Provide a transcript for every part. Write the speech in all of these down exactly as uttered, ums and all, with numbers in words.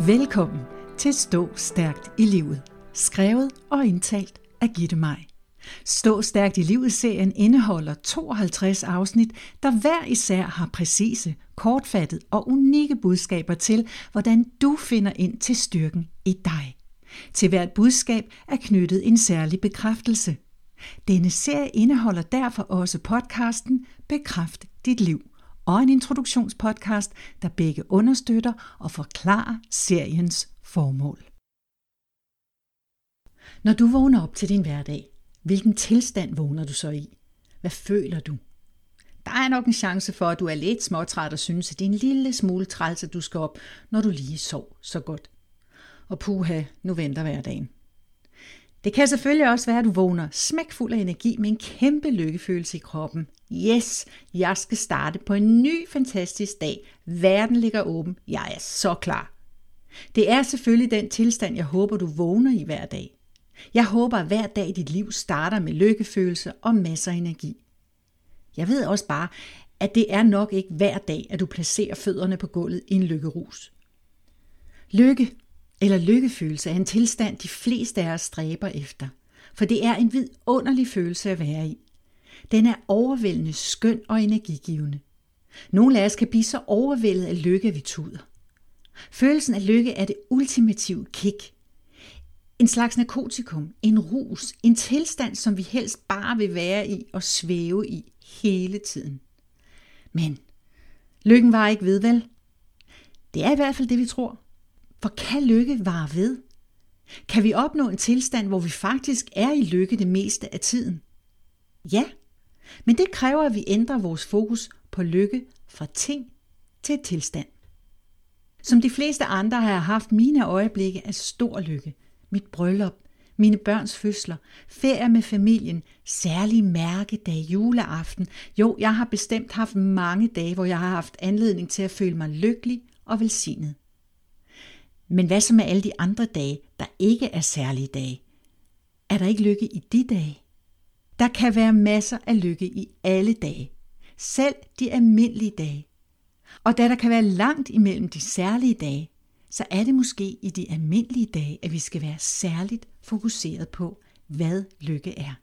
Velkommen til Stå Stærkt i Livet, skrevet og indtalt af Gitte Maj. Stå Stærkt i Livet-serien indeholder tooghalvtreds afsnit, der hver især har præcise, kortfattet og unikke budskaber til, hvordan du finder ind til styrken i dig. Til hvert budskab er knyttet en særlig bekræftelse. Denne serie indeholder derfor også podcasten Bekræft dit liv og en introduktionspodcast, der begge understøtter og forklarer seriens formål. Når du vågner op til din hverdag, hvilken tilstand vågner du så i? Hvad føler du? Der er nok en chance for, at du er lidt småtræt og synes, at det er en lille smule træls, at du skal op, når du lige sov så godt. Og puha, nu venter hverdagen. Det kan selvfølgelig også være, at du vågner smækfuld af energi med en kæmpe lykkefølelse i kroppen. Yes, jeg skal starte på en ny fantastisk dag. Verden ligger åben. Jeg er så klar. Det er selvfølgelig den tilstand, jeg håber, du vågner i hver dag. Jeg håber, at hver dag i dit liv starter med lykkefølelse og masser af energi. Jeg ved også bare, at det er nok ikke hver dag, at du placerer fødderne på gulvet i en lykkerus. Lykke eller lykkefølelse er en tilstand, de fleste af os stræber efter, for det er en vidunderlig følelse at være i. Den er overvældende skøn og energigivende. Nogle af os kan blive så overvældet af lykke, at vi tuder. Følelsen af lykke er det ultimative kick. En slags narkotikum, en rus, en tilstand, som vi helst bare vil være i og svæve i hele tiden. Men lykken varer ikke ved, vel? Det er i hvert fald det, vi tror. For kan lykke vare ved? Kan vi opnå en tilstand, hvor vi faktisk er i lykke det meste af tiden? Ja, men det kræver, at vi ændrer vores fokus på lykke fra ting til tilstand. Som de fleste andre har jeg haft mine øjeblikke af stor lykke. Mit bryllup, mine børns fødsler, ferier med familien, særlige mærkedage, juleaften. Jo, jeg har bestemt haft mange dage, hvor jeg har haft anledning til at føle mig lykkelig og velsignet. Men hvad så med alle de andre dage, der ikke er særlige dage? Er der ikke lykke i de dage? Der kan være masser af lykke i alle dage, selv de almindelige dage. Og da der kan være langt imellem de særlige dage, så er det måske i de almindelige dage, at vi skal være særligt fokuseret på, hvad lykke er.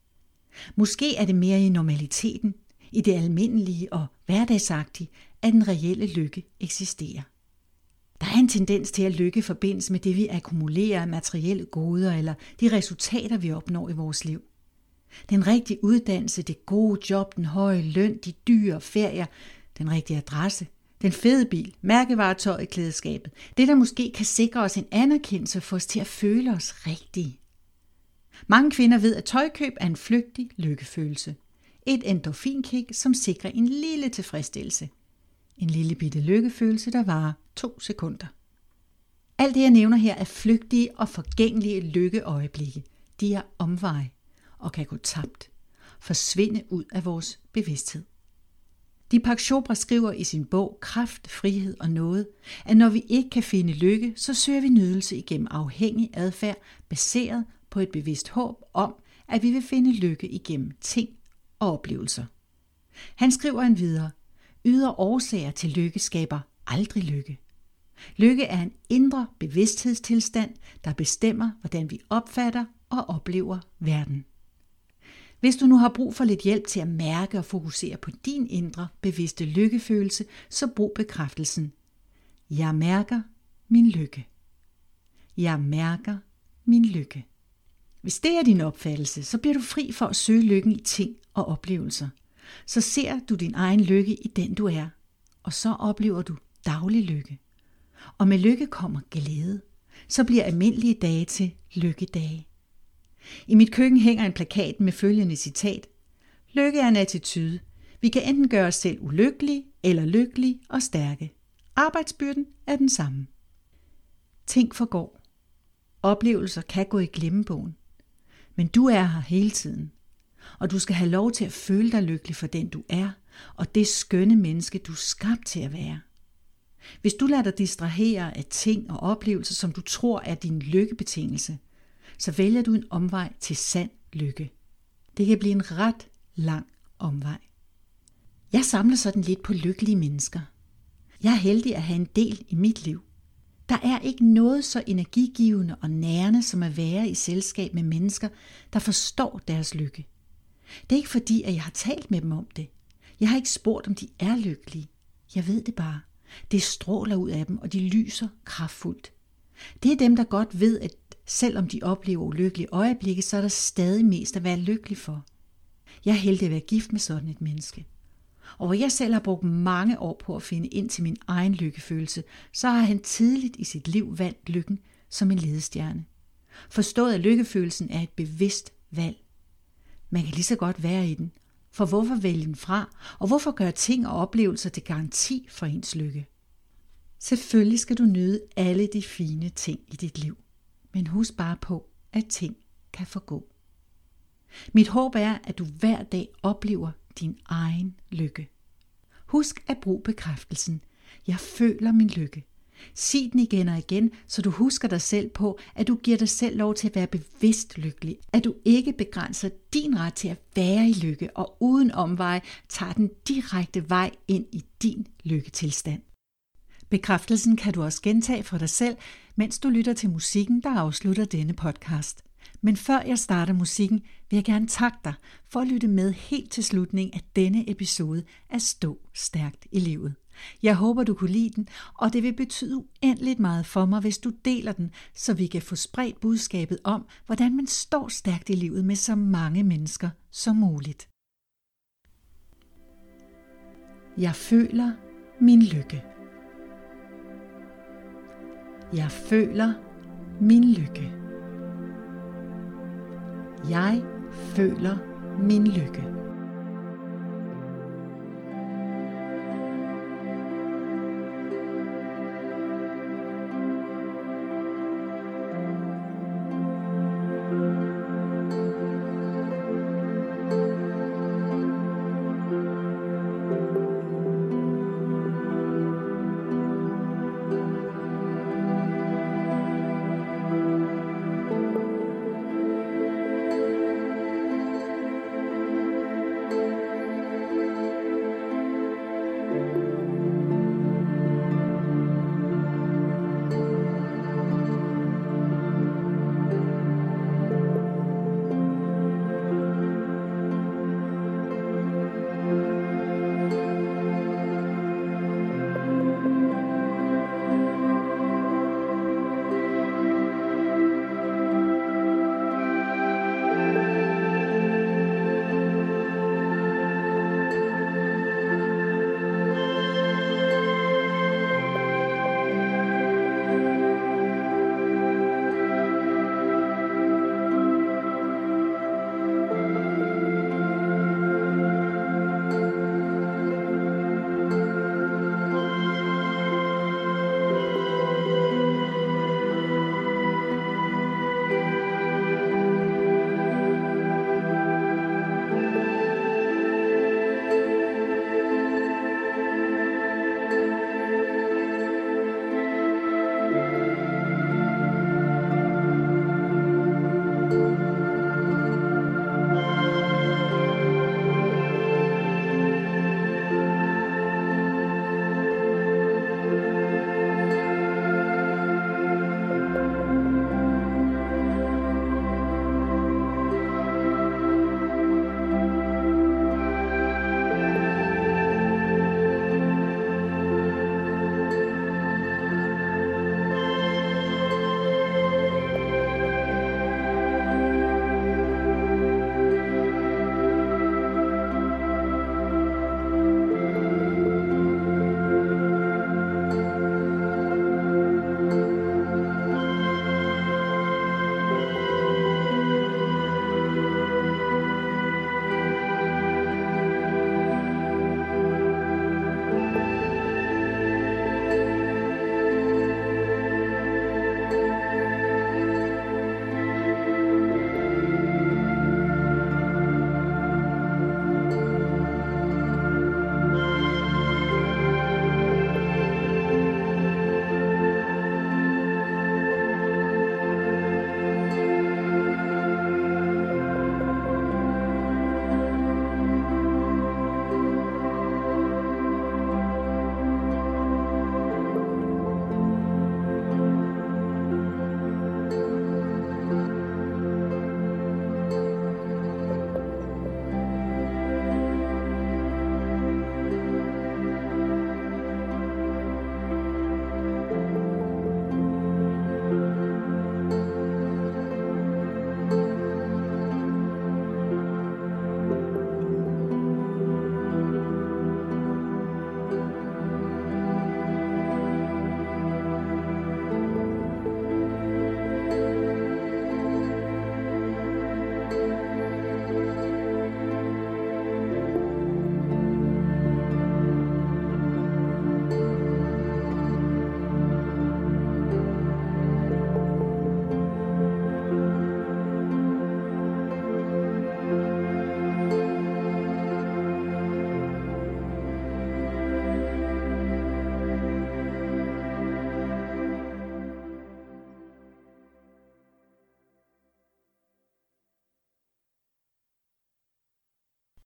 Måske er det mere i normaliteten, i det almindelige og hverdagsagtige, at den reelle lykke eksisterer. Der er en tendens til, at lykke forbindes med det, vi akkumulerer af materielle goder eller de resultater, vi opnår i vores liv. Den rigtige uddannelse, det gode job, den høje løn, de dyre ferier, den rigtige adresse, den fede bil, mærkevaretøj i klædeskabet. Det, der måske kan sikre os en anerkendelse for os til at føle os rigtige. Mange kvinder ved, at tøjkøb er en flygtig lykkefølelse. Et endorfinkick, som sikrer en lille tilfredsstillelse. En lille bitte lykkefølelse, der varer to sekunder. Alt det, jeg nævner her, er flygtige og forgængelige lykkeøjeblikke. De er omveje og kan gå tabt, forsvinde ud af vores bevidsthed. Deepak Chopra skriver i sin bog Kraft, Frihed og Nåde, at når vi ikke kan finde lykke, så søger vi nydelse igennem afhængig adfærd, baseret på et bevidst håb om, at vi vil finde lykke igennem ting og oplevelser. Han skriver endvidere, ydre årsager til lykke skaber aldrig lykke. Lykke er en indre bevidsthedstilstand, der bestemmer, hvordan vi opfatter og oplever verden. Hvis du nu har brug for lidt hjælp til at mærke og fokusere på din indre bevidste lykkefølelse, så brug bekræftelsen. Jeg mærker min lykke. Jeg mærker min lykke. Hvis det er din opfattelse, så bliver du fri for at søge lykken i ting og oplevelser. Så ser du din egen lykke i den du er, og så oplever du daglig lykke. Og med lykke kommer glæde. Så bliver almindelige dage til lykkedage. I mit køkken hænger en plakat med følgende citat. Lykke er en attitude. Vi kan enten gøre os selv ulykkelige eller lykkelige og stærke. Arbejdsbyrden er den samme. Ting forgår. Oplevelser kan gå i glemmebogen. Men du er her hele tiden. Og du skal have lov til at føle dig lykkelig for den du er, og det skønne menneske du er skabt til at være. Hvis du lader dig distrahere af ting og oplevelser, som du tror er din lykkebetingelse, så vælger du en omvej til sand lykke. Det kan blive en ret lang omvej. Jeg samler sådan lidt på lykkelige mennesker. Jeg er heldig at have en del i mit liv. Der er ikke noget så energigivende og nærende som at være i selskab med mennesker, der forstår deres lykke. Det er ikke fordi, at jeg har talt med dem om det. Jeg har ikke spurgt, om de er lykkelige. Jeg ved det bare. Det stråler ud af dem, og de lyser kraftfuldt. Det er dem, der godt ved, at selvom de oplever ulykkelige øjeblikke, så er der stadig mest at være lykkelig for. Jeg er heldig at være gift med sådan et menneske. Og hvor jeg selv har brugt mange år på at finde ind til min egen lykkefølelse, så har han tidligt i sit liv valgt lykken som en ledestjerne. Forstået, at lykkefølelsen er et bevidst valg. Man kan lige så godt være i den, for hvorfor vælge den fra, og hvorfor gøre ting og oplevelser til garanti for ens lykke? Selvfølgelig skal du nyde alle de fine ting i dit liv, men husk bare på, at ting kan forgå. Mit håb er, at du hver dag oplever din egen lykke. Husk at bruge bekræftelsen. Jeg føler min lykke. Sig den igen og igen, så du husker dig selv på, at du giver dig selv lov til at være bevidst lykkelig. At du ikke begrænser din ret til at være i lykke, og uden omvej tager den direkte vej ind i din lykketilstand. Bekræftelsen kan du også gentage for dig selv, mens du lytter til musikken, der afslutter denne podcast. Men før jeg starter musikken, vil jeg gerne takke dig for at lytte med helt til slutningen af denne episode af Stå Stærkt i Livet. Jeg håber, du kunne lide den, og det vil betyde uendeligt meget for mig, hvis du deler den, så vi kan få spredt budskabet om, hvordan man står stærkt i livet med så mange mennesker som muligt. Jeg føler min lykke. Jeg føler min lykke. Jeg føler min lykke.